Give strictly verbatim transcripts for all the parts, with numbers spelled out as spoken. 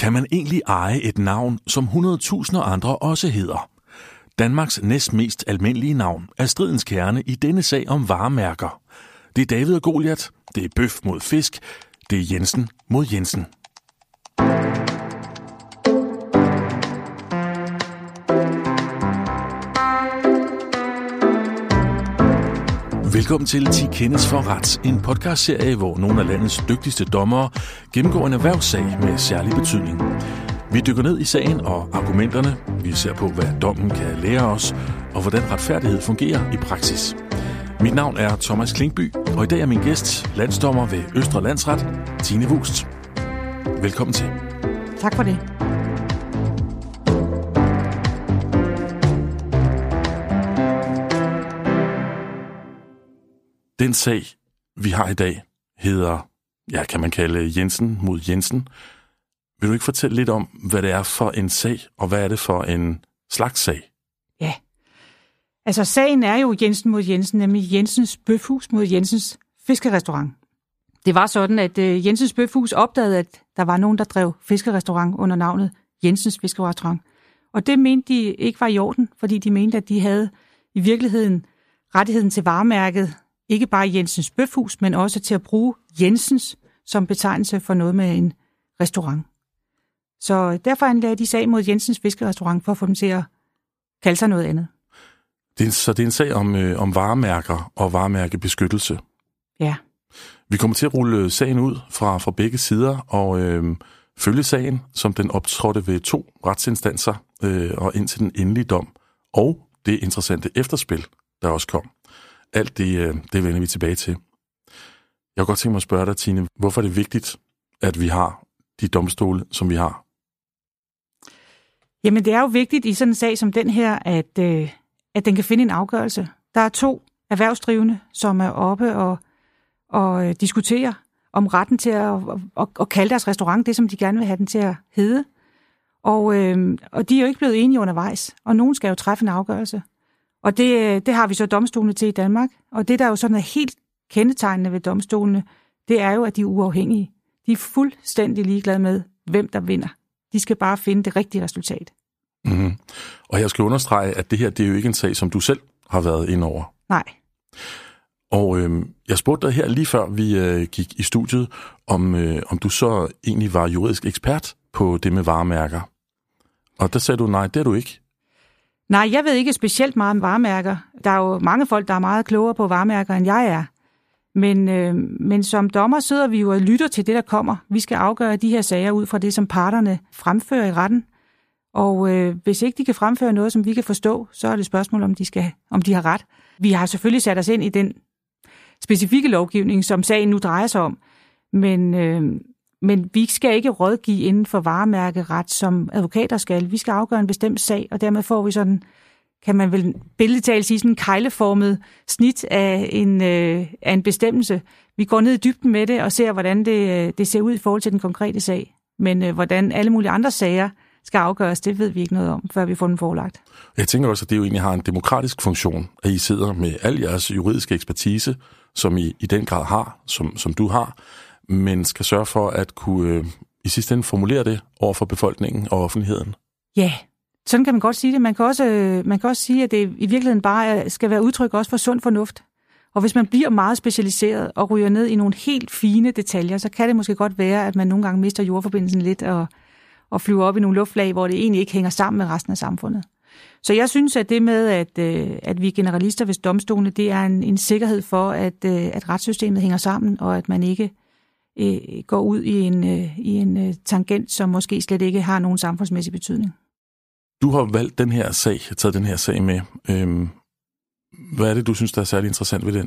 Kan man egentlig eje et navn, som hundredtusinder andre også hedder? Danmarks næstmest almindelige navn er stridens kerne i denne sag om varemærker. Det er David og Goliat, det er bøf mod fisk, det er Jensen mod Jensen. Velkommen til ti kendes for ret, en podcastserie, hvor nogle af landets dygtigste dommere gennemgår en erhvervssag med særlig betydning. Vi dykker ned i sagen og argumenterne, vi ser på, hvad dommen kan lære os, og hvordan retfærdighed fungerer i praksis. Mit navn er Thomas Klinkby, og i dag er min gæst, landsdommer ved Østre Landsret, Tine Wust. Velkommen til. Tak for det. Den sag, vi har i dag, hedder, ja, kan man kalde Jensen mod Jensen. Vil du ikke fortælle lidt om, hvad det er for en sag, og hvad er det for en slags sag? Ja, altså sagen er jo Jensen mod Jensen, nemlig Jensens Bøfhus mod Jensens Fiskerestaurant. Det var sådan, at uh, Jensens Bøfhus opdagede, at der var nogen, der drev fiskerestaurant under navnet Jensens Fiskerestaurant. Og det mente de ikke var i orden, fordi de mente, at de havde i virkeligheden rettigheden til varemærket, ikke bare Jensens Bøfhus, men også til at bruge Jensens som betegnelse for noget med en restaurant. Så derfor anlagde de sag mod Jensens Fiskerestaurant for at få dem til at kalde sig noget andet. Det er, så det er en sag om, øh, om varemærker og varemærkebeskyttelse. Ja. Vi kommer til at rulle sagen ud fra, fra begge sider og øh, følge sagen, som den optrådte ved to retsinstanser øh, og indtil den endelige dom. Og det interessante efterspil, der også kom. Alt det, det vender vi tilbage til. Jeg kunne godt tænke mig at spørge dig, Tine, hvorfor er det vigtigt, at vi har de domstole, som vi har? Jamen, det er jo vigtigt i sådan en sag som den her, at, øh, at den kan finde en afgørelse. Der er to erhvervsdrivende, som er oppe og, og øh, diskuterer om retten til at og, og kalde deres restaurant det, som de gerne vil have den til at hedde. Og, øh, og de er jo ikke blevet enige undervejs, og nogen skal jo træffe en afgørelse. Og det, det har vi så domstolene til i Danmark. Og det, der jo sådan er helt kendetegnende ved domstolene, det er jo, at de er uafhængige. De er fuldstændig ligeglade med, hvem der vinder. De skal bare finde det rigtige resultat. Mm-hmm. Og jeg skal understrege, at det her, det er jo ikke en sag, som du selv har været inde over. Nej. Og øh, jeg spurgte dig her lige før vi øh, gik i studiet, om, øh, om du så egentlig var juridisk ekspert på det med varemærker. Og der sagde du, nej, det er du ikke. Nej, jeg ved ikke specielt meget om varemærker. Der er jo mange folk, der er meget klogere på varemærker, end jeg er. Men, øh, men som dommer sidder vi jo og lytter til det, der kommer. Vi skal afgøre de her sager ud fra det, som parterne fremfører i retten. Og øh, hvis ikke de kan fremføre noget, som vi kan forstå, så er det spørgsmål, om de, skal, om de har ret. Vi har selvfølgelig sat os ind i den specifikke lovgivning, som sagen nu drejer sig om. Men... Øh, Men vi skal ikke rådgive inden for varemærkeret, som advokater skal. Vi skal afgøre en bestemt sag, og dermed får vi sådan, kan man vel billedtalt sige, sådan en kegleformet snit af en, øh, af en bestemmelse. Vi går ned i dybden med det og ser, hvordan det, det ser ud i forhold til den konkrete sag. Men øh, hvordan alle mulige andre sager skal afgøres, det ved vi ikke noget om, før vi får den forelagt. Jeg tænker også, at det jo egentlig har en demokratisk funktion, at I sidder med al jeres juridiske ekspertise, som I i den grad har, som, som du har, men skal sørge for at kunne øh, i sidste ende formulere det over for befolkningen og offentligheden. Ja, sådan kan man godt sige det. Man kan også, øh, man kan også sige, at det i virkeligheden bare skal være udtryk også for sund fornuft. Og hvis man bliver meget specialiseret og ryger ned i nogle helt fine detaljer, så kan det måske godt være, at man nogle gange mister jordforbindelsen lidt og, og flyver op i nogle luftlag, hvor det egentlig ikke hænger sammen med resten af samfundet. Så jeg synes, at det med, at, øh, at vi er generalister ved domstolene, det er en, en sikkerhed for, at, øh, at retssystemet hænger sammen, og at man ikke går ud i en, i en tangent, som måske slet ikke har nogen samfundsmæssig betydning. Du har valgt den her sag, taget den her sag med. Øhm, hvad er det, du synes, der er særlig interessant ved den?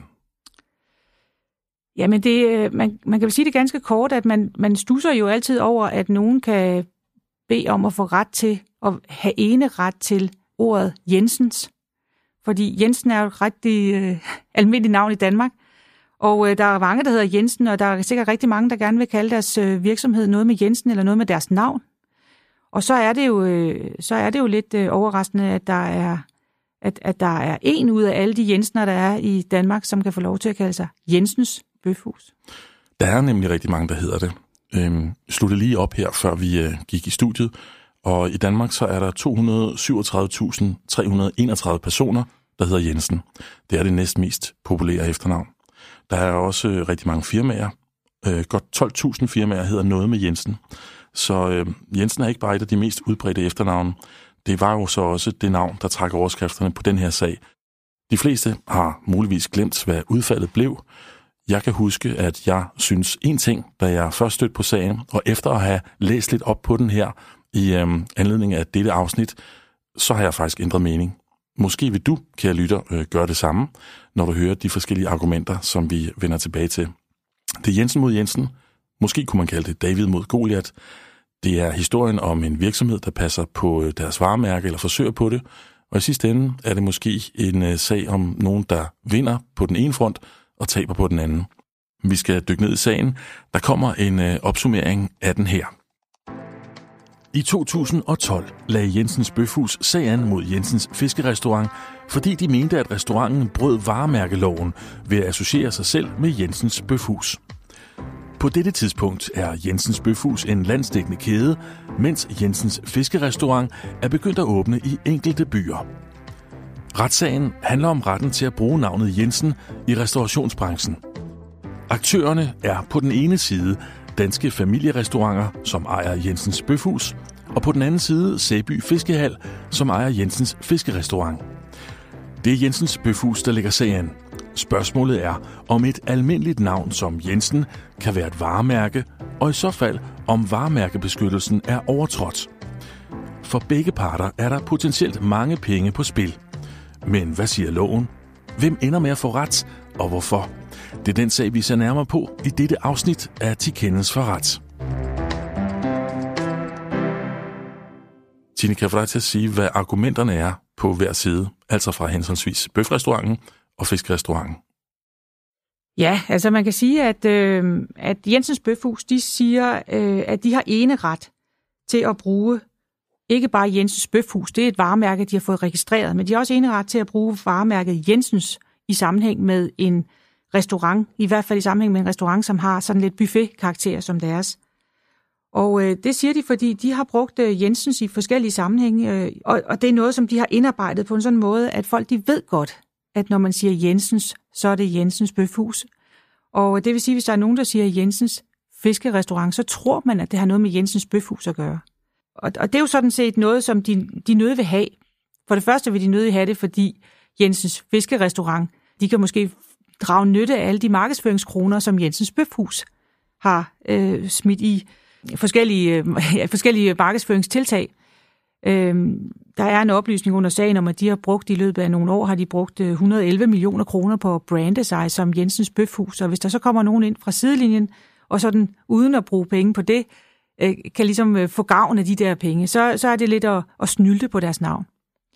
Jamen, det, man, man kan vel sige det ganske kort, at man, man stusser jo altid over, at nogen kan bede om at få ret til, at have ene ret til ordet Jensens. Fordi Jensen er jo et rigtig øh, almindeligt navn i Danmark. Og øh, der er mange, der hedder Jensen, og der er sikkert rigtig mange, der gerne vil kalde deres øh, virksomhed noget med Jensen eller noget med deres navn. Og så er det jo, øh, så er det jo lidt øh, overraskende, at der er at, at der er en ud af alle de Jensener, der er i Danmark, som kan få lov til at kalde sig Jensens Bøfhus. Der er nemlig rigtig mange, der hedder det. øh, sluttede lige op her, før vi øh, gik i studiet, og i Danmark så er der to hundrede og syvogtredive tusind tre hundrede og enogtredive personer, der hedder Jensen. Det er det næstmest populære efternavn. Der er også øh, rigtig mange firmaer. Øh, godt tolv tusind firmaer hedder noget med Jensen. Så øh, Jensen er ikke bare et af de mest udbredte efternavne. Det var jo så også det navn, der trak overskrifterne på den her sag. De fleste har muligvis glemt, hvad udfaldet blev. Jeg kan huske, at jeg synes en ting, da jeg først stødte på sagen, og efter at have læst lidt op på den her i øh, anledning af dette afsnit, så har jeg faktisk ændret mening. Måske vil du, kære lytter, øh, gøre det samme, når du hører de forskellige argumenter, som vi vender tilbage til. Det er Jensen mod Jensen. Måske kunne man kalde det David mod Goliat. Det er historien om en virksomhed, der passer på deres varemærke eller forsøger på det. Og i sidste ende er det måske en uh, sag om nogen, der vinder på den ene front og taber på den anden. Vi skal dykke ned i sagen. Der kommer en uh, opsummering af den her. I to tusind og tolv lagde Jensens Bøfhus sag an mod Jensens Fiskerestaurant, fordi de mente, at restauranten brød varemærkeloven ved at associere sig selv med Jensens Bøfhus. På dette tidspunkt er Jensens Bøfhus en landsdækkende kæde, mens Jensens Fiskerestaurant er begyndt at åbne i enkelte byer. Retssagen handler om retten til at bruge navnet Jensen i restaurationsbranchen. Aktørerne er på den ene side danske familierestauranter, som ejer Jensens Bøfhus, og på den anden side Sæby Fiskehal, som ejer Jensens Fiskerestaurant. Det er Jensens Bøfhus, der lægger sagen. Spørgsmålet er, om et almindeligt navn som Jensen kan være et varemærke, og i så fald, om varemærkebeskyttelsen er overtrådt. For begge parter er der potentielt mange penge på spil. Men hvad siger loven? Hvem ender med at få ret, og hvorfor? Det er den sag, vi ser nærmere på i dette afsnit af De Kendes for Ret. Tine, kan jeg få dig til at sige, hvad argumenterne er på hver side, altså fra henholdsvis bøfrestauranten og fiskerestauranten? Ja, altså man kan sige, at, øh, at Jensens Bøfhus, de siger, øh, at de har ene ret til at bruge ikke bare Jensens Bøfhus, det er et varemærke, de har fået registreret, men de har også ene ret til at bruge varemærket Jensens i sammenhæng med en restaurant, i hvert fald i sammenhæng med en restaurant, som har sådan lidt buffet-karakter som deres. Og øh, det siger de, fordi de har brugt øh, Jensens i forskellige sammenhænge, øh, og, og det er noget, som de har indarbejdet på en sådan måde, at folk de ved godt, at når man siger Jensens, så er det Jensens Bøfhus. Og det vil sige, hvis der er nogen, der siger Jensens Fiskerestaurant, så tror man, at det har noget med Jensens Bøfhus at gøre. Og, og det er jo sådan set noget, som de, de nødt vil have. For det første vil de nødt have det, fordi Jensens Fiskerestaurant, de kan måske drage nytte af alle de markedsføringskroner, som Jensens Bøfhus har øh, smidt i forskellige, øh, forskellige markedsføringstiltag. Øh, der er en oplysning under sagen om, at de har brugt i løbet af nogle år, har de brugt et hundrede og elleve millioner kroner på at brande sig som Jensens Bøfhus. Og hvis der så kommer nogen ind fra sidelinjen, og sådan uden at bruge penge på det, øh, kan ligesom øh, få gavn af de der penge, så, så er det lidt at, at snylte på deres navn.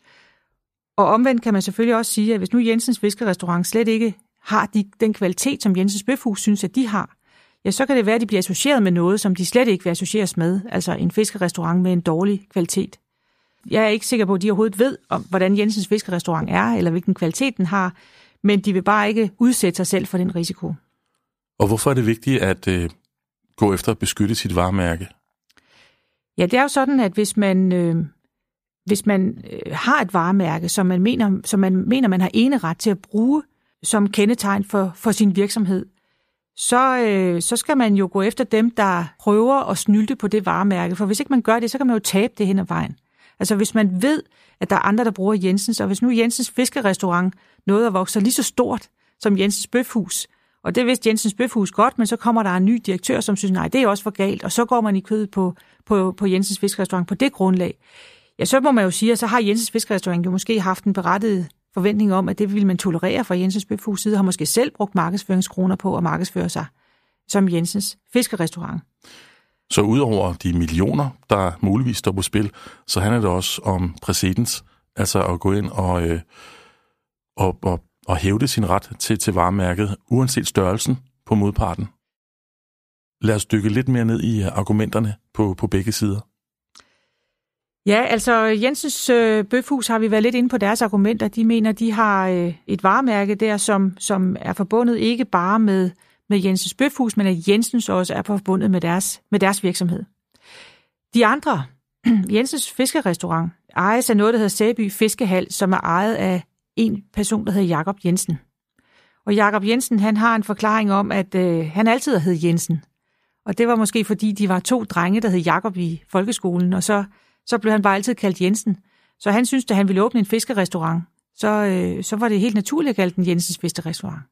Og omvendt kan man selvfølgelig også sige, at hvis nu Jensens Fiskerestaurant slet ikke har de, den kvalitet, som Jensens Bøfhus synes, at de har, ja, så kan det være, at de bliver associeret med noget, som de slet ikke vil associeres med, altså en fiskerestaurant med en dårlig kvalitet. Jeg er ikke sikker på, at de overhovedet ved, om, hvordan Jensens Fiskerestaurant er, eller hvilken kvalitet den har, men de vil bare ikke udsætte sig selv for den risiko. Og hvorfor er det vigtigt at øh, gå efter at beskytte sit varemærke? Ja, det er jo sådan, at hvis man, øh, hvis man øh, har et varemærke, som man mener, som man mener, man har ene ret til at bruge som kendetegn for, for sin virksomhed, så, øh, så skal man jo gå efter dem, der prøver at snylte på det varemærke. For hvis ikke man gør det, så kan man jo tabe det hen ad vejen. Altså hvis man ved, at der er andre, der bruger Jensens, og hvis nu Jensens Fiskerestaurant nåede at vokse lige så stort som Jensens Bøfhus, og det vidste Jensens Bøfhus godt, men så kommer der en ny direktør, som synes, nej, det er også for galt, og så går man i kødet på, på, på Jensens Fiskerestaurant på det grundlag. Ja, så må man jo sige, at så har Jensens Fiskerestaurant jo måske haft en berettiget forventning om, at det vil man tolerere fra Jensens Bøfhus side, har måske selv brugt markedsføringskroner på at markedsføre sig som Jensens Fiskerestaurant. Så udover de millioner, der muligvis står på spil, så handler det også om præcedens, altså at gå ind og, øh, og, og, og hævde sin ret til, til varemærket, uanset størrelsen på modparten. Lad os dykke lidt mere ned i argumenterne på, på begge sider. Ja, altså Jensens øh, Bøfhus har vi været lidt inde på deres argumenter. De mener, de har øh, et varemærke der, som, som er forbundet ikke bare med, med Jensens Bøfhus, men at Jensens også er forbundet med deres, med deres virksomhed. De andre, Jensens Fiskerestaurant, ejes af noget, der hedder Sæby Fiskehal, som er ejet af en person, der hedder Jakob Jensen. Og Jakob Jensen, han har en forklaring om, at øh, han altid hed Jensen. Og det var måske, fordi de var to drenge, der hed Jakob i folkeskolen, og så, så blev han bare altid kaldt Jensen. Så han syntes, at han ville åbne en fiskerestaurant, så, øh, så var det helt naturligt at kalde den Jensens Fiskerestaurant.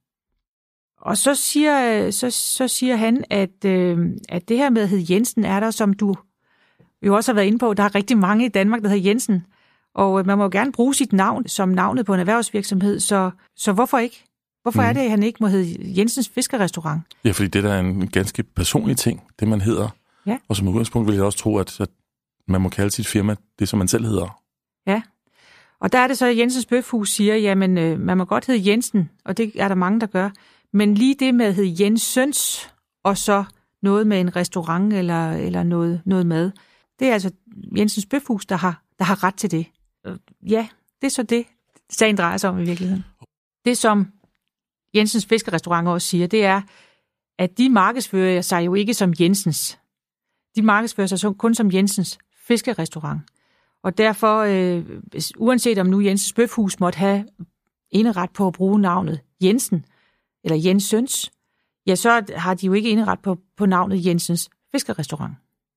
Og så siger, så, så siger han, at, øh, at det her med at hedde Jensen er der, som du jo også har været inde på, der er rigtig mange i Danmark, der hedder Jensen. Og man må jo gerne bruge sit navn som navnet på en erhvervsvirksomhed, så, så hvorfor ikke? Hvorfor mm. er det, at han ikke må hedde Jensens Fiskerestaurant? Ja, fordi det der er en ganske personlig ting, det man hedder. Ja. Og som udgangspunkt vil jeg også tro, at, at man må kalde sit firma det, som man selv hedder. Ja, og der er det så, at Jensens Bøfhus siger, jamen øh, man må godt hedde Jensen, og det er der mange, der gør. Men lige det med at hedde Jensens, og så noget med en restaurant eller, eller noget, noget mad, det er altså Jensens Bøfhus, der har, der har ret til det. Ja, det er så det, sagen drejer sig om i virkeligheden. Det, som Jensens Fiskerestaurant også siger, det er, at de markedsfører sig jo ikke som Jensens. De markedsfører sig kun som Jensens Fiskerestaurant. Og derfor, øh, uanset om nu Jensens Bøfhus måtte have eneret på at bruge navnet Jensen, eller Jensens, ja, så har de jo ikke eneret på, på navnet Jensens Fiskerestaurant.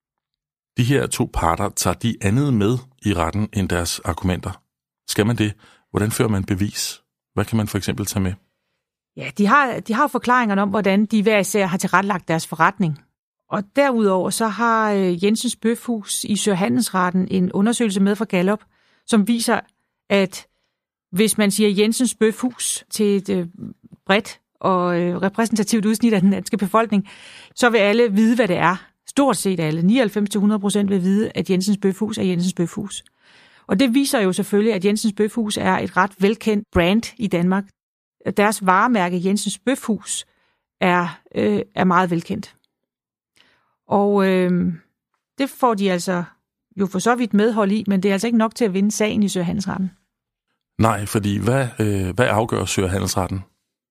De her to parter, tager de andet med i retten end deres argumenter? Skal man det? Hvordan fører man bevis? Hvad kan man for eksempel tage med? Ja, de har, de har forklaringerne om, hvordan de hver især har tilrettelagt deres forretning. Og derudover så har Jensens Bøfhus i Søhandelsretten en undersøgelse med fra Gallup, som viser, at hvis man siger Jensens Bøfhus til et bredt og repræsentativt udsnit af den danske befolkning, så vil alle vide, hvad det er. Stort set alle, nioghalvfems til hundrede procent vil vide, at Jensens Bøfhus er Jensens Bøfhus. Og det viser jo selvfølgelig, at Jensens Bøfhus er et ret velkendt brand i Danmark. Deres varemærke Jensens Bøfhus er, øh, er meget velkendt. Og øh, det får de altså jo for så vidt medhold i, men det er altså ikke nok til at vinde sagen i Søhandelsretten. Nej, fordi hvad, øh, hvad afgør Søhandelsretten?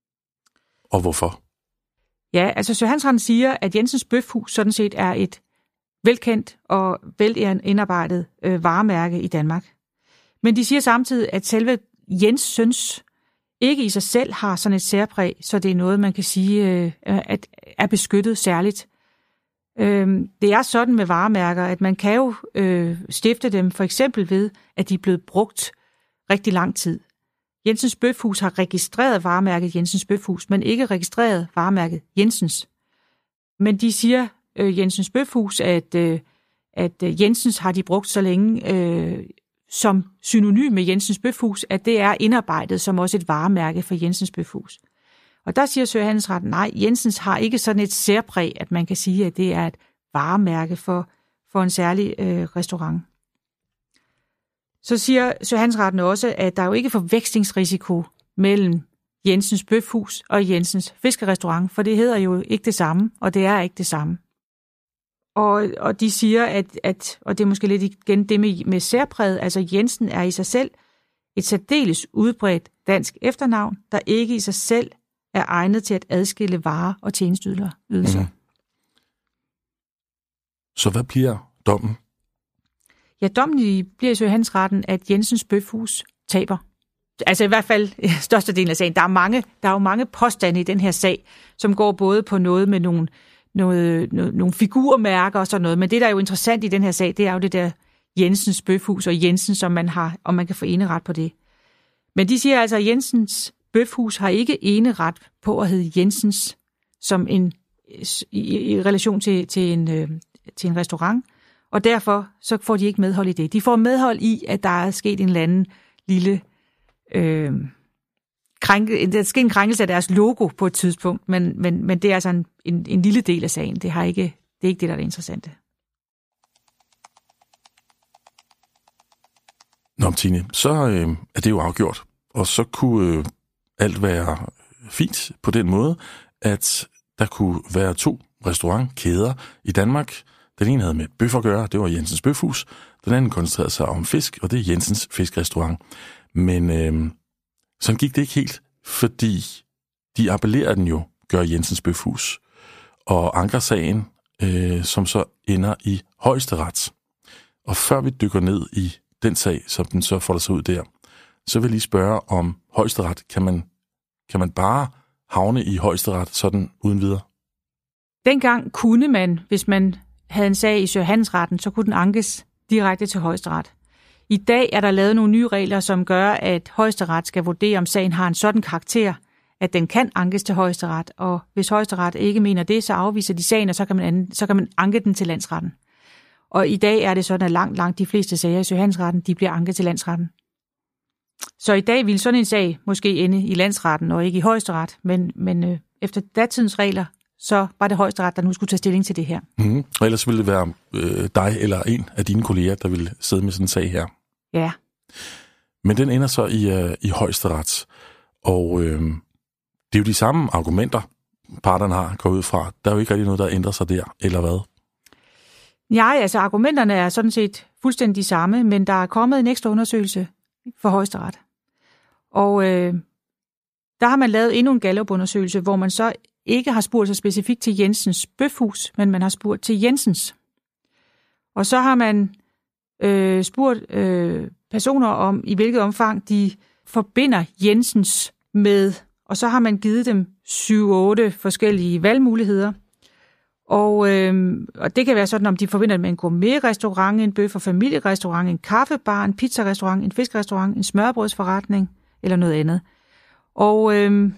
Og hvorfor? Ja, altså Søhandelsretten siger, at Jensens Bøfhus sådan set er et velkendt og velindarbejdet øh, varemærke i Danmark. Men de siger samtidig, at selve Jensens ikke i sig selv har sådan et særpræg, så det er noget, man kan sige, øh, at er beskyttet særligt. Øh, det er sådan med varemærker, at man kan jo øh, stifte dem for eksempel ved, at de er blevet brugt rigtig lang tid. Jensens Bøfhus har registreret varemærket Jensens Bøfhus, men ikke registreret varemærket Jensens. Men de siger, øh, Jensens Bøfhus, at, øh, at Jensens har de brugt så længe øh, som synonym med Jensens Bøfhus, at det er indarbejdet som også et varemærke for Jensens Bøfhus. Og der siger Søhandelsretten, nej, Jensens har ikke sådan et særpræg, at man kan sige, at det er et varemærke for, for en særlig øh, restaurant. Så siger Søhandelsretten også, at der er jo ikke forvekslingsrisiko mellem Jensens Bøfhus og Jensens Fiskerestaurant, for det hedder jo ikke det samme, og det er ikke det samme. Og, og de siger, at, at, og det er måske lidt igen det med, med særpræget, altså Jensen er i sig selv et særdeles udbredt dansk efternavn, der ikke i sig selv er egnet til at adskille varer og tjenesteydelser. Mm. Så hvad bliver dommen? Ja, dommen bliver i Søhandelsretten, at Jensens Bøfhus taber. Altså i hvert fald størstedelen af sagen. Der er, mange, der er jo mange påstande i den her sag, som går både på noget med nogle, noget, noget, nogle figurmærker og sådan noget. Men det, der er jo interessant i den her sag, det er jo det der Jensens Bøfhus og Jensen, som man har, om man kan få eneret på det. Men de siger altså, at Jensens Bøfhus har ikke eneret på at hedde Jensens som en, i, i relation til, til, en, til en restaurant. Og derfor så får de ikke medhold i det. De får medhold i, at der er sket en eller anden lille øh, krænke, der er sket en krænkelse af deres logo på et tidspunkt, men, men, men det er altså en, en, en lille del af sagen. Det, har ikke, det er ikke det, der er det interessante. Nå, Tine, så øh, er det jo afgjort. Og så kunne øh, alt være fint på den måde, at der kunne være to restaurantkæder i Danmark. Den ene havde med bøf at gøre, det var Jensens Bøfhus. Den anden koncentrerede sig om fisk, og det er Jensens Fiskerestaurant. Men øh, sådan gik det ikke helt, fordi de appellerede den jo gør Jensens Bøfhus, og anker sagen, øh, som så ender i Højesteret. Og før vi dykker ned i den sag, som den så folder sig ud der, så vil jeg lige spørge om Højesteret. Kan man, kan man bare havne i Højesteret sådan uden videre? Dengang kunne man, hvis man havde en sag i Søhandelsretten, så kunne den ankes direkte til Højesteret. I dag er der lavet nogle nye regler, som gør, at Højesteret skal vurdere, om sagen har en sådan karakter, at den kan ankes til Højesteret. Og hvis Højesteret ikke mener det, så afviser de sagen, og så kan man, så kan man anke den til landsretten. Og i dag er det sådan, at langt, langt de fleste sager i Søhandelsretten, de bliver anket til landsretten. Så i dag ville sådan en sag måske ende i landsretten og ikke i Højesteret, men, men øh, efter datidens regler, så var det Højesteret, der nu skulle tage stilling til det her. Mm-hmm. Og ellers ville det være øh, dig eller en af dine kolleger, der ville sidde med sådan en sag her. Ja. Men den ender så i, øh, i Højesteret, og øh, det er jo de samme argumenter, parterne har gået ud fra. Der er jo ikke rigtig noget, der ændrer sig der, eller hvad? Nej, altså argumenterne er sådan set fuldstændig de samme, men der er kommet en ekstra undersøgelse for Højesteret. Og øh, der har man lavet endnu en Gallup-undersøgelse, hvor man så ikke har spurgt sig specifikt til Jensens Bøfhus, men man har spurgt til Jensens. Og så har man øh, spurgt øh, personer om, i hvilket omfang de forbinder Jensens med, og så har man givet dem syv otte forskellige valgmuligheder. Og, øh, og det kan være sådan, om de forbinder det med en gourmet-restaurant, en bøf- og familierestaurant, en kaffebar, en pizzarestaurant, en fiskerestaurant, en smørbrødsforretning eller noget andet. Og øh,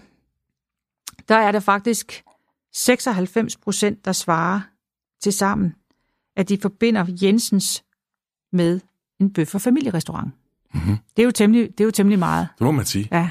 der er der faktisk seksoghalvfems procent, der svarer til sammen, at de forbinder Jensens med en bøf- og familierestaurant. Mm-hmm. Det er jo temmelig, det er jo temmelig meget. Det må man sige. Ja.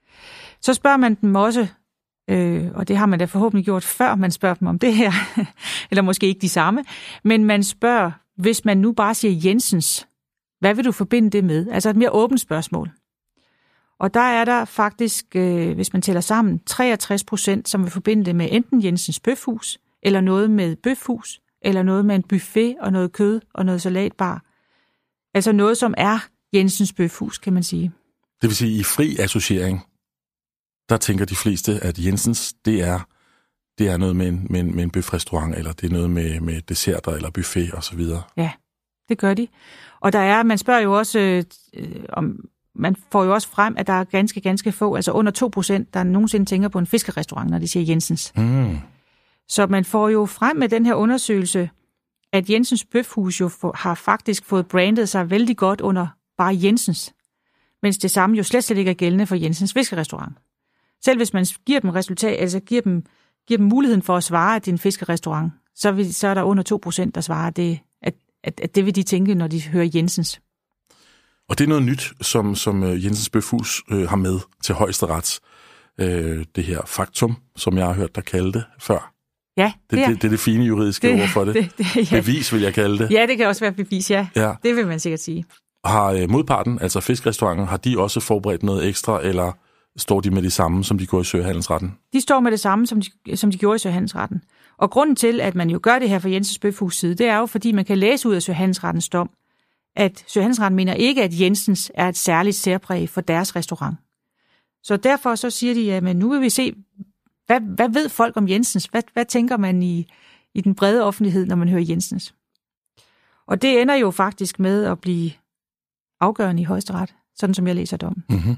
Så spørger man dem også, øh, og det har man da forhåbentlig gjort, før man spørger dem om det her, eller måske ikke de samme, men man spørger, hvis man nu bare siger Jensens, hvad vil du forbinde det med? Altså et mere åbent spørgsmål. Og der er der faktisk, øh, hvis man tæller sammen, treogtres procent, som vil forbinde det med enten Jensens Bøfhus, eller noget med bøfhus, eller noget med en buffet og noget kød og noget salatbar. Altså noget, som er Jensens Bøfhus, kan man sige. Det vil sige, i fri associering, der tænker de fleste, at Jensens, det er, det er noget med en, med en, med en bøfrestaurant, eller det er noget med, med desserter eller buffet osv. Ja, det gør de. Og der er, man spørger jo også, øh, om man får jo også frem, at der er ganske, ganske få, altså under to procent, der nogensinde tænker på en fiskerestaurant, når de siger Jensens. Mm. Så man får jo frem med den her undersøgelse, at Jensens Bøfhus jo for, har faktisk fået brandet sig vældig godt under bare Jensens, mens det samme jo slet slet ikke er gældende for Jensens fiskerestaurant. Selv hvis man giver dem resultat, altså giver dem, giver dem muligheden for at svare, at det er en fiskerestaurant, så, vil, så er der under to procent, der svarer, at det, at, at, at det vil de tænke, når de hører Jensens. Og det er noget nyt, som, som Jensens Bøfhus øh, har med til Højesteret. Øh, det her faktum, som jeg har hørt dig kalde det før. Ja, det, det, er, det, det er det fine juridiske det, ord for det. det, det ja. Bevis vil jeg kalde det. Ja, det kan også være bevis, ja. ja. Det vil man sikkert sige. Har øh, modparten, altså fiskerestauranten, har de også forberedt noget ekstra, eller står de med det samme, som de gjorde i Søhandelsretten? De står med det samme, som de, som de gjorde i Søhandelsretten. Og grunden til, at man jo gør det her fra Jensens Bøfhus side, det er jo, fordi man kan læse ud af Søhandelsrettens dom, at Søhandelsretten mener ikke, at Jensens er et særligt særpræg for deres restaurant. Så derfor så siger de, at nu vil vi se, hvad, hvad ved folk om Jensens? Hvad, hvad tænker man i, i den brede offentlighed, når man hører Jensens? Og det ender jo faktisk med at blive afgørende i Højesteret, sådan som jeg læser dommen. Mm-hmm.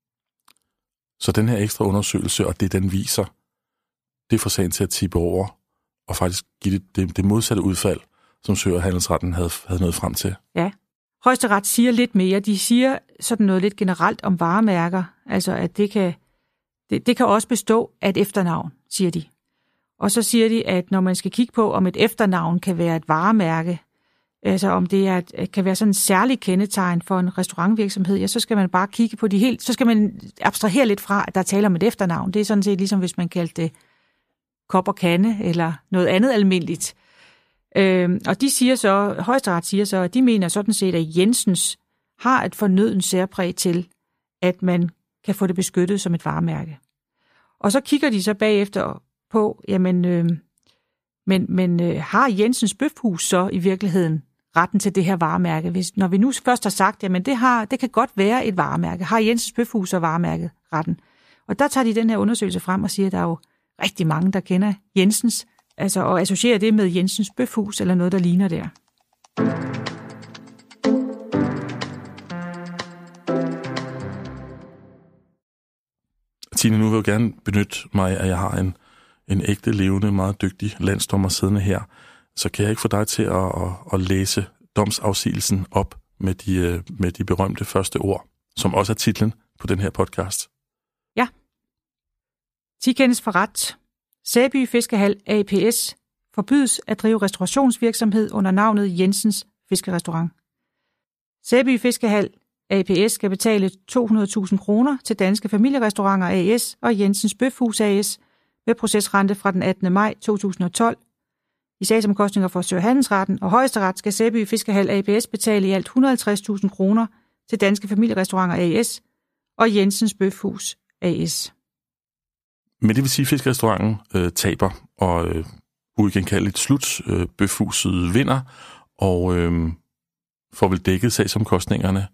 Så den her ekstra undersøgelse, og det den viser, det får sagen til at tippe over, og faktisk give det, det, det modsatte udfald, som Søhandelsretten havde, havde nået frem til. Ja. Højesteret siger lidt mere. De siger sådan noget lidt generelt om varemærker, altså at det kan, det, det kan også bestå af et efternavn, siger de. Og så siger de, at når man skal kigge på, om et efternavn kan være et varemærke, altså om det er et, kan være sådan en særlig kendetegn for en restaurantvirksomhed, ja, så skal man bare kigge på de helt, så skal man abstrahere lidt fra, at der taler om et efternavn. Det er sådan set ligesom, hvis man kaldte det kop og kande, eller noget andet almindeligt. Øhm, og de siger så, Højesteret siger så, at de mener sådan set, at Jensens har et fornødent særpræg til, at man kan få det beskyttet som et varemærke. Og så kigger de så bagefter på, jamen, øh, men, men øh, har Jensens Bøfhus så i virkeligheden retten til det her varemærke? Hvis, når vi nu først har sagt, jamen det, har, det kan godt være et varemærke. Har Jensens Bøfhus og varemærket retten? Og der tager de den her undersøgelse frem og siger, at der er jo rigtig mange, der kender Jensens, altså og associerer det med Jensens Bøfhus eller noget, der ligner der. Tine, nu vil jeg gerne benytte mig af, at jeg har en, en ægte, levende, meget dygtig landsdommer siddende her. Så kan jeg ikke få dig til at, at, at læse domsafsigelsen op med de, med de berømte første ord, som også er titlen på den her podcast. Ja. Ti kendes for ret. Sæby Fiskehal A P S forbydes at drive restaurationsvirksomhed under navnet Jensens Fiskerestaurant. Sæby Fiskehal A P S skal betale to hundrede tusind kroner til Danske Familierestauranter A S og Jensens Bøfhus A S med procesrente fra den attende maj to tusind og tolv. I sagsomkostninger for Søhandelsretten og Højesteret skal Sæby Fiskehal A P S betale i alt et hundrede og halvtreds tusind kroner til Danske Familierestauranter A S og Jensens Bøfhus A S. Men det vil sige, at fiskerestauranten øh, taber, og øh, uigenkaldeligt slut, øh, Bøfhuset vinder, og øh, får vel dækket sagsomkostningerne.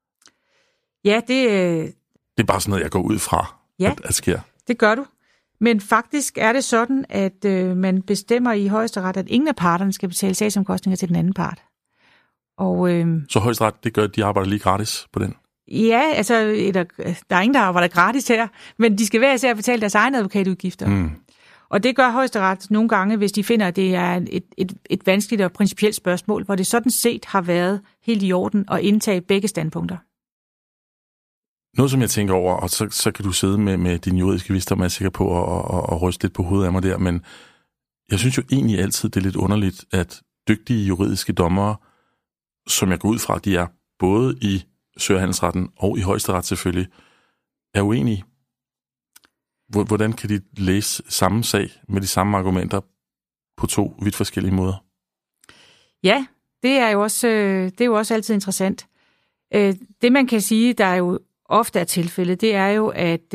Ja, det... Øh... Det er bare sådan noget, jeg går ud fra, ja, at, at sker. Det gør du. Men faktisk er det sådan, at øh, man bestemmer i Højesteret, at ingen af parterne skal betale sagsomkostninger til den anden part. Og, øh... Så Højesteret, det gør, at de arbejder lige gratis på den? Ja, altså, der, der er ingen, der arbejder gratis her, men de skal hver især betale deres egne advokatudgifter. Mm. Og det gør Højesteret nogle gange, hvis de finder, at det er et, et, et vanskeligt og principielt spørgsmål, hvor det sådan set har været helt i orden at indtage begge standpunkter. Noget, som jeg tænker over, og så, så kan du sidde med, med din juridiske visdom, er jeg sikker på, at og, og ryste lidt på hovedet af mig der, men jeg synes jo egentlig altid, det er lidt underligt, at dygtige juridiske dommere, som jeg går ud fra, de er både i Søhandelsretten og i Højesteret selvfølgelig, er uenige. Hvordan kan de læse samme sag med de samme argumenter på to vidt forskellige måder? Ja, det er jo også, det er jo også altid interessant. Det man kan sige, der er jo ofte er tilfældet, det er jo, at,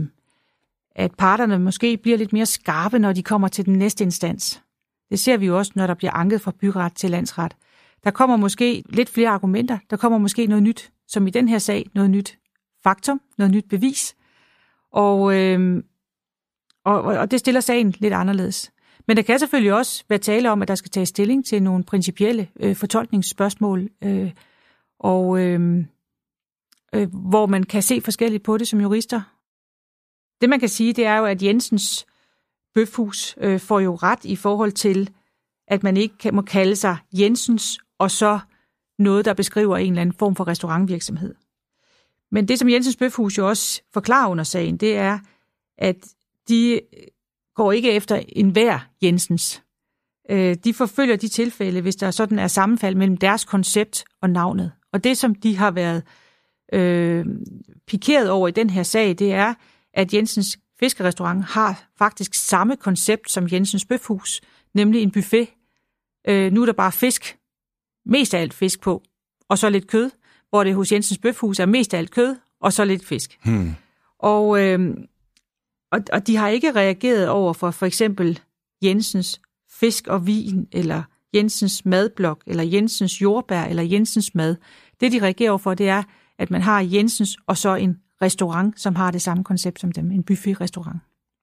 at parterne måske bliver lidt mere skarpe, når de kommer til den næste instans. Det ser vi jo også, når der bliver anket fra byret til landsret. Der kommer måske lidt flere argumenter, der kommer måske noget nyt, som i den her sag, noget nyt faktum, noget nyt bevis. Og, øh, og, og det stiller sagen lidt anderledes. Men der kan selvfølgelig også være tale om, at der skal tages stilling til nogle principielle øh, fortolkningsspørgsmål, øh, og øh, øh, hvor man kan se forskelligt på det som jurister. Det man kan sige, det er jo, at Jensens Bøfhus øh, får jo ret i forhold til, at man ikke kan, må kalde sig Jensens, og så noget, der beskriver en eller anden form for restaurantvirksomhed. Men det, som Jensens Bøfhus jo også forklarer under sagen, det er, at de går ikke efter enhver Jensens. De forfølger de tilfælde, hvis der sådan er sammenfald mellem deres koncept og navnet. Og det, som de har været øh, pikeret over i den her sag, det er, at Jensens Fiskerestaurant har faktisk samme koncept som Jensens Bøfhus, nemlig en buffet. Øh, nu er der bare fisk, mest af alt fisk på, og så lidt kød, hvor det hos Jensens Bøfhus er mest af alt kød, og så lidt fisk. Hmm. Og, øh, og, og de har ikke reageret over for for eksempel Jensens Fisk og Vin, eller Jensens Madblok, eller Jensens Jordbær, eller Jensens Mad. Det, de reagerer over for, det er, at man har Jensens og så en restaurant, som har det samme koncept som dem, en buffet-restaurant.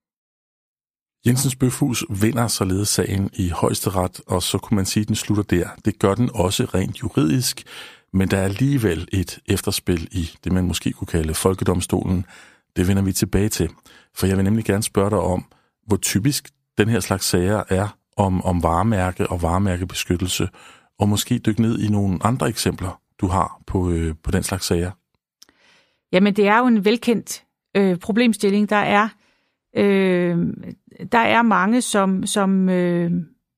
Jensens Bøfhus vinder således sagen i Højesteret, og så kunne man sige, at den slutter der. Det gør den også rent juridisk, men der er alligevel et efterspil i det, man måske kunne kalde folkedomstolen. Det vender vi tilbage til, for jeg vil nemlig gerne spørge dig om, hvor typisk den her slags sager er om, om varemærke og varemærkebeskyttelse, og måske dykke ned i nogle andre eksempler, du har på, øh, på den slags sager. Jamen, det er jo en velkendt øh, problemstilling. Der er, øh, der er mange, som, som, øh,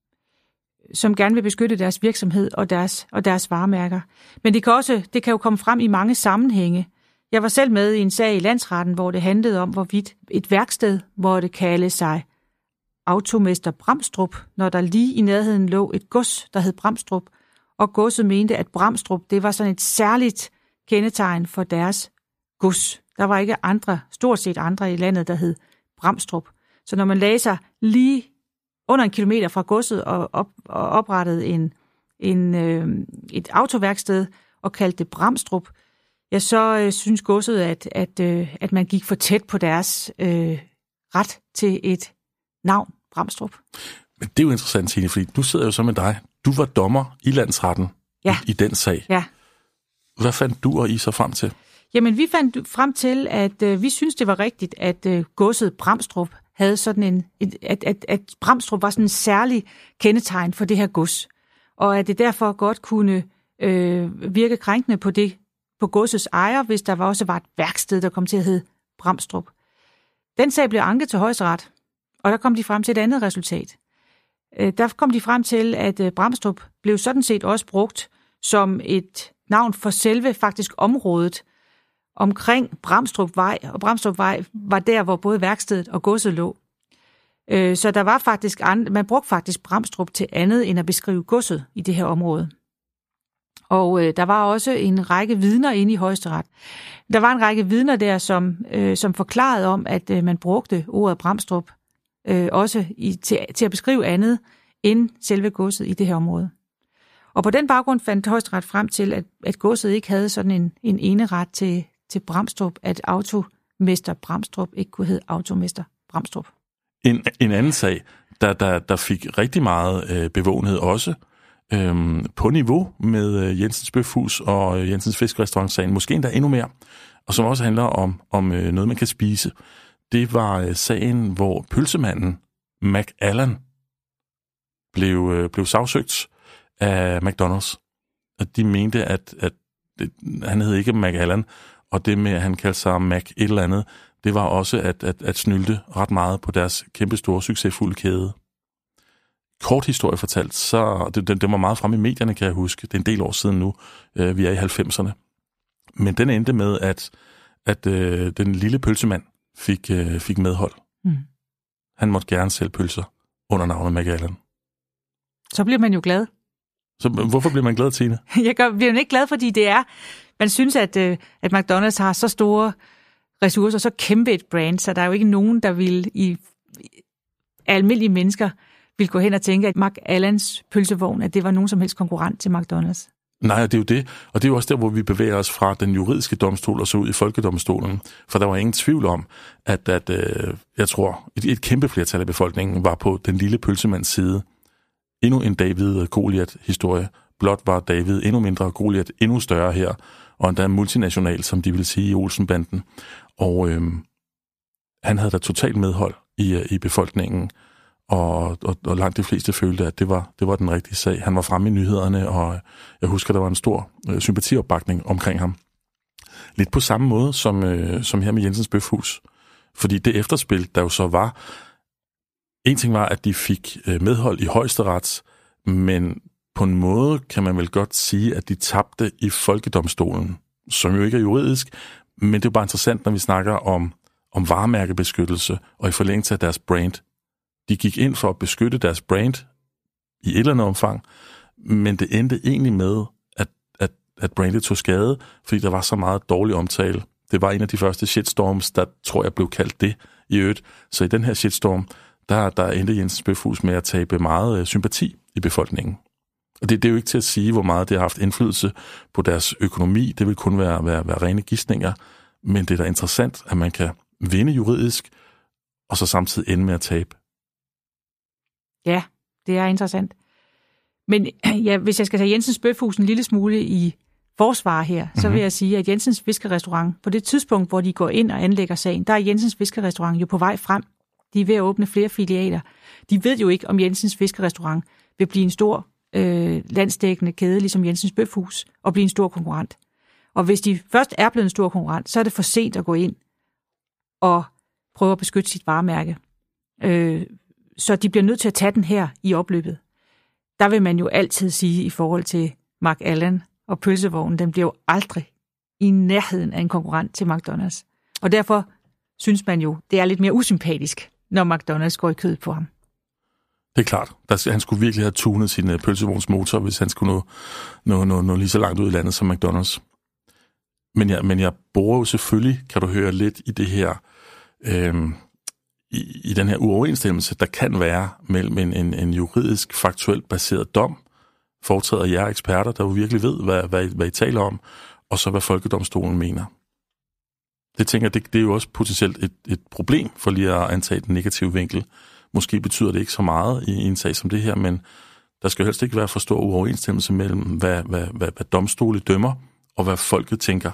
som gerne vil beskytte deres virksomhed og deres, og deres varemærker. Men det kan, også, det kan jo komme frem i mange sammenhænge. Jeg var selv med i en sag i landsretten, hvor det handlede om, hvorvidt et værksted, hvor det kaldte sig Automester Bramstrup, når der lige i nærheden lå et gods, der hed Bramstrup, og godset mente, at Bramstrup, det var sådan et særligt kendetegn for deres gods. Der var ikke andre, stort set andre i landet, der hed Bramstrup. Så når man lagde sig lige under en kilometer fra godset og, op, og oprettede en, en, øh, et autoværksted og kaldte det Bramstrup, ja, så øh, synes godset, at, at, øh, at man gik for tæt på deres øh, ret til et navn, Bramstrup. Men det er jo interessant, Tine, fordi du sidder jo så med dig. Du var dommer i landsretten ja. i, i den sag. Ja. Hvad fandt du og I så frem til? Jamen, vi fandt frem til, at øh, vi synes det var rigtigt, at øh, godset Bramstrup havde sådan en, et, at, at, at Bramstrup var sådan en særlig kendetegn for det her gods, og at det derfor godt kunne øh, virke krænkende på det på godsets ejer, hvis der også var et værksted, der kom til at hedde Bramstrup. Den sag blev anket til Højesteret, og der kom de frem til et andet resultat. Øh, der kom de frem til, at øh, Bramstrup blev sådan set også brugt som et navn for selve faktisk området omkring Bramstrupvej, og Bramstrupvej var der, hvor både værkstedet og godset lå. Så der var faktisk and- man brugte faktisk Bramstrup til andet end at beskrive godset i det her område. Og øh, der var også en række vidner inde i Højesteret. Der var en række vidner der, som, øh, som forklarede om, at øh, man brugte ordet Bramstrup øh, også i, til, til at beskrive andet end selve godset i det her område. Og på den baggrund fandt Højesteret frem til, at, at godset ikke havde sådan en, en eneret til, til Bramstrup, at automester Bramstrup ikke kunne hedde automester Bramstrup. En, en anden sag, der, der, der fik rigtig meget øh, bevågenhed også, øhm, på niveau med øh, Jensens Bøfhus og øh, Jensens Fiskerestaurant-sagen, måske endda endnu mere, og som også handler om, om øh, noget, man kan spise. Det var øh, sagen, hvor pølsemanden McAllen blev, øh, blev sagsøgt af McDonald's. At de mente, at, at det, han hed ikke McAllen, og det med, at han kaldte sig Mac et eller andet, det var også at, at, at snylte ret meget på deres kæmpestore, succesfulde kæde. Kort historie fortalt, så det, det, det var meget fremme i medierne, kan jeg huske. Det er en del år siden nu. Vi er i halvfemserne. Men den endte med, at, at øh, den lille pølsemand fik, øh, fik medhold. Mm. Han måtte gerne sælge pølser under navnet McAllen. Så bliver man jo glad. Så hvorfor bliver man glad, Tine? Jeg gør, bliver ikke glad, fordi det er... Man synes, at, øh, at McDonald's har så store ressourcer, så kæmpe et brand, så der er jo ikke nogen, der vil i, i almindelige mennesker vil gå hen og tænke, at McAllens pølsevogn, at det var nogen som helst konkurrent til McDonald's. Nej, det er jo det. Og det er jo også der, hvor vi bevæger os fra den juridiske domstol og så ud i folkedomstolen. For der var ingen tvivl om, at, at øh, jeg tror, et, et kæmpe flertal af befolkningen var på den lille pølsemands side. Endnu en David Goliat-historie. Blot var David endnu mindre, Goliat endnu større her, og endda multinational, som de vil sige i Olsenbanden. Og øh, han havde da totalt medhold i, i befolkningen, og, og, og langt de fleste følte, at det var, det var den rigtige sag. Han var fremme i nyhederne, og jeg husker, der var en stor øh, sympatiopbakning omkring ham. Lidt på samme måde som, øh, som her med Jensens Bøfhus. Fordi det efterspil, der jo så var, en ting var, at de fik øh, medhold i Højesteret, men på en måde kan man vel godt sige, at de tabte i folkedomstolen, som jo ikke er juridisk, men det er jo bare interessant, når vi snakker om, om varemærkebeskyttelse og i forlængelse af deres brand. De gik ind for at beskytte deres brand i et eller andet omfang, men det endte egentlig med, at, at, at brandet tog skade, fordi der var så meget dårlig omtale. Det var en af de første shitstorms, der tror jeg blev kaldt det i øvrigt. Så i den her shitstorm, der, der endte Jensens Bøfhus med at tabe meget øh, sympati i befolkningen. Og det, det er jo ikke til at sige, hvor meget det har haft indflydelse på deres økonomi. Det vil kun være, være, være rene gidsninger. Men det er da interessant, at man kan vinde juridisk, og så samtidig ende med at tabe. Ja, det er interessant. Men ja, hvis jeg skal tage Jensens Bøfhus en lille smule i forsvar her, mm-hmm. så vil jeg sige, at Jensens Fiskerestaurant, på det tidspunkt, hvor de går ind og anlægger sagen, der er Jensens Fiskerestaurant jo på vej frem. De er ved at åbne flere filialer. De ved jo ikke, om Jensens Fiskerestaurant vil blive en stor øh, landsdækkende kæde, ligesom Jensens Bøfhus, og blive en stor konkurrent. Og hvis de først er blevet en stor konkurrent, så er det for sent at gå ind og prøve at beskytte sit varemærke. Øh, så de bliver nødt til at tage den her i opløbet. Der vil man jo altid sige i forhold til McAllen og pølsevognen, den bliver jo aldrig i nærheden af en konkurrent til McDonald's. Og derfor synes man jo, det er lidt mere usympatisk, når McDonald's går i kød på ham. Det er klart. Der, han skulle virkelig have tunet sin uh, pølsevognsmotor, hvis han skulle nå, nå, nå, nå lige så langt ud i landet som McDonald's. Men jeg, men jeg borer jo selvfølgelig, kan du høre, lidt i det her, øhm, i, i den her uoverensstemmelse, der kan være mellem en, en, en juridisk, faktuelt baseret dom, foretaget af jer eksperter, der jo virkelig ved, hvad, hvad, I, hvad I taler om, og så hvad folkedomstolen mener. Det tænker jeg, det, det er jo også potentielt et, et problem, for lige at antage den negative vinkel. Måske betyder det ikke så meget i en sag som det her, men der skal helst ikke være for stor uoverensstemmelse mellem, hvad, hvad, hvad, hvad domstole dømmer, og hvad folket tænker.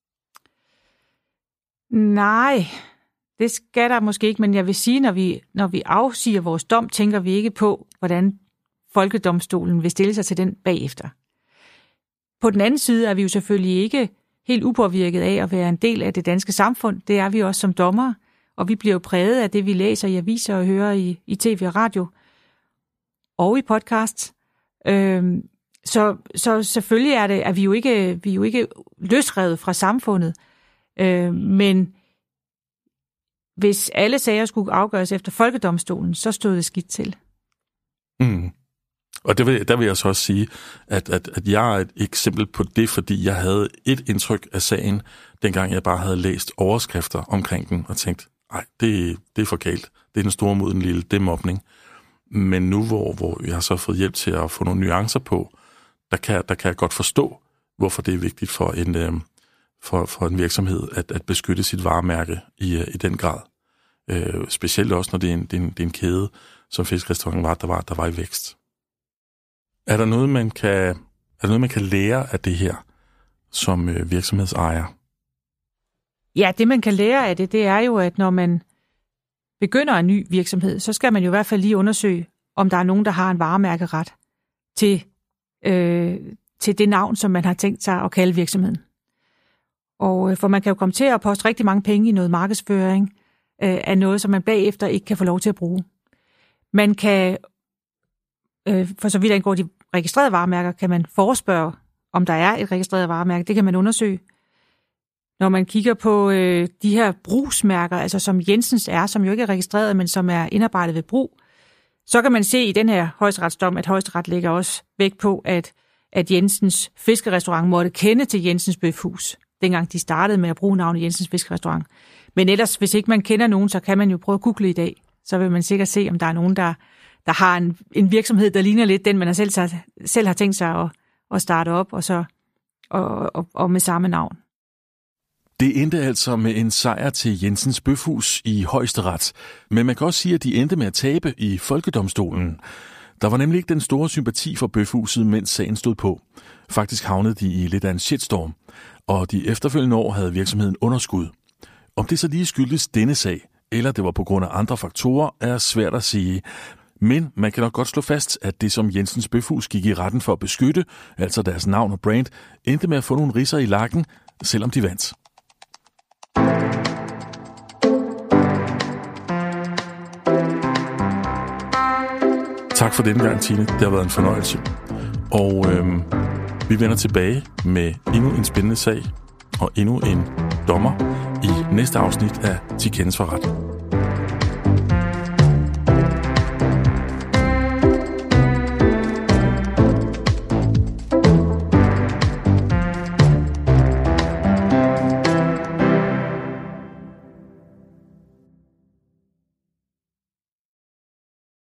Nej, det skal der måske ikke, men jeg vil sige, når vi, når vi afsiger vores dom, tænker vi ikke på, hvordan folkedomstolen vil stille sig til den bagefter. På den anden side er vi jo selvfølgelig ikke helt upåvirket af at være en del af det danske samfund. Det er vi også som dommere, og vi bliver jo præget af det, vi læser i aviser og hører i, i tv og radio og i podcasts. Øhm, så, så selvfølgelig er, det, er vi jo ikke, vi er jo ikke løsrevet fra samfundet, øhm, men hvis alle sager skulle afgøres efter folkedomstolen, så stod det skidt til. Mm. Og det vil, der vil jeg så også sige, at, at, at jeg er et eksempel på det, fordi jeg havde et indtryk af sagen, dengang jeg bare havde læst overskrifter omkring den, og tænkt, nej, det, det er for galt. Det er den store mod den lille, det er mobning. Men nu, hvor, hvor jeg har så fået hjælp til at få nogle nuancer på, der kan, der kan jeg godt forstå, hvorfor det er vigtigt for en, øh, for, for en virksomhed at, at beskytte sit varemærke i, i den grad. Øh, specielt også, når det er en, det er en, det er en kæde, som Fiskerestaurant var, der var, der var i vækst. Er der noget, man kan, er der noget, man kan lære af det her som øh, virksomhedsejer? Ja, det man kan lære af det, det er jo, at når man begynder en ny virksomhed, så skal man jo i hvert fald lige undersøge, om der er nogen, der har en varemærkeret til, øh, til det navn, som man har tænkt sig at kalde virksomheden. Og for man kan jo komme til at poste rigtig mange penge i noget markedsføring øh, af noget, som man bagefter ikke kan få lov til at bruge. Man kan, øh, for så vidt angår de registrerede varemærker, kan man forespørge, om der er et registreret varemærke. Det kan man undersøge. Når man kigger på øh, de her brugsmærker, altså som Jensens er, som jo ikke er registreret, men som er indarbejdet ved brug, så kan man se i den her højesteretsdom, at højesteret lægger også vægt på, at, at Jensens Fiskerestaurant måtte kende til Jensens Bøfhus, dengang de startede med at bruge navnet Jensens Fiskerestaurant. Men ellers, hvis ikke man kender nogen, så kan man jo prøve at google i dag. Så vil man sikkert se, om der er nogen, der, der har en, en virksomhed, der ligner lidt den, man har selv, selv har tænkt sig at, at starte op, og, så, og, og, og med samme navn. Det endte altså med en sejr til Jensens Bøfhus i Højesteret, men man kan også sige, at de endte med at tabe i Folkedomstolen. Der var nemlig ikke den store sympati for Bøfhuset, mens sagen stod på. Faktisk havnede de i lidt af en shitstorm, og de efterfølgende år havde virksomheden underskud. Om det så lige skyldtes denne sag, eller det var på grund af andre faktorer, er svært at sige. Men man kan nok godt slå fast, at det som Jensens Bøfhus gik i retten for at beskytte, altså deres navn og brand, endte med at få nogle ridser i lakken, selvom de vandt. Tak for denne gang, Tine. Det har været en fornøjelse. Og øhm, vi vender tilbage med endnu en spændende sag og endnu en dommer i næste afsnit af De Kendes for Ret.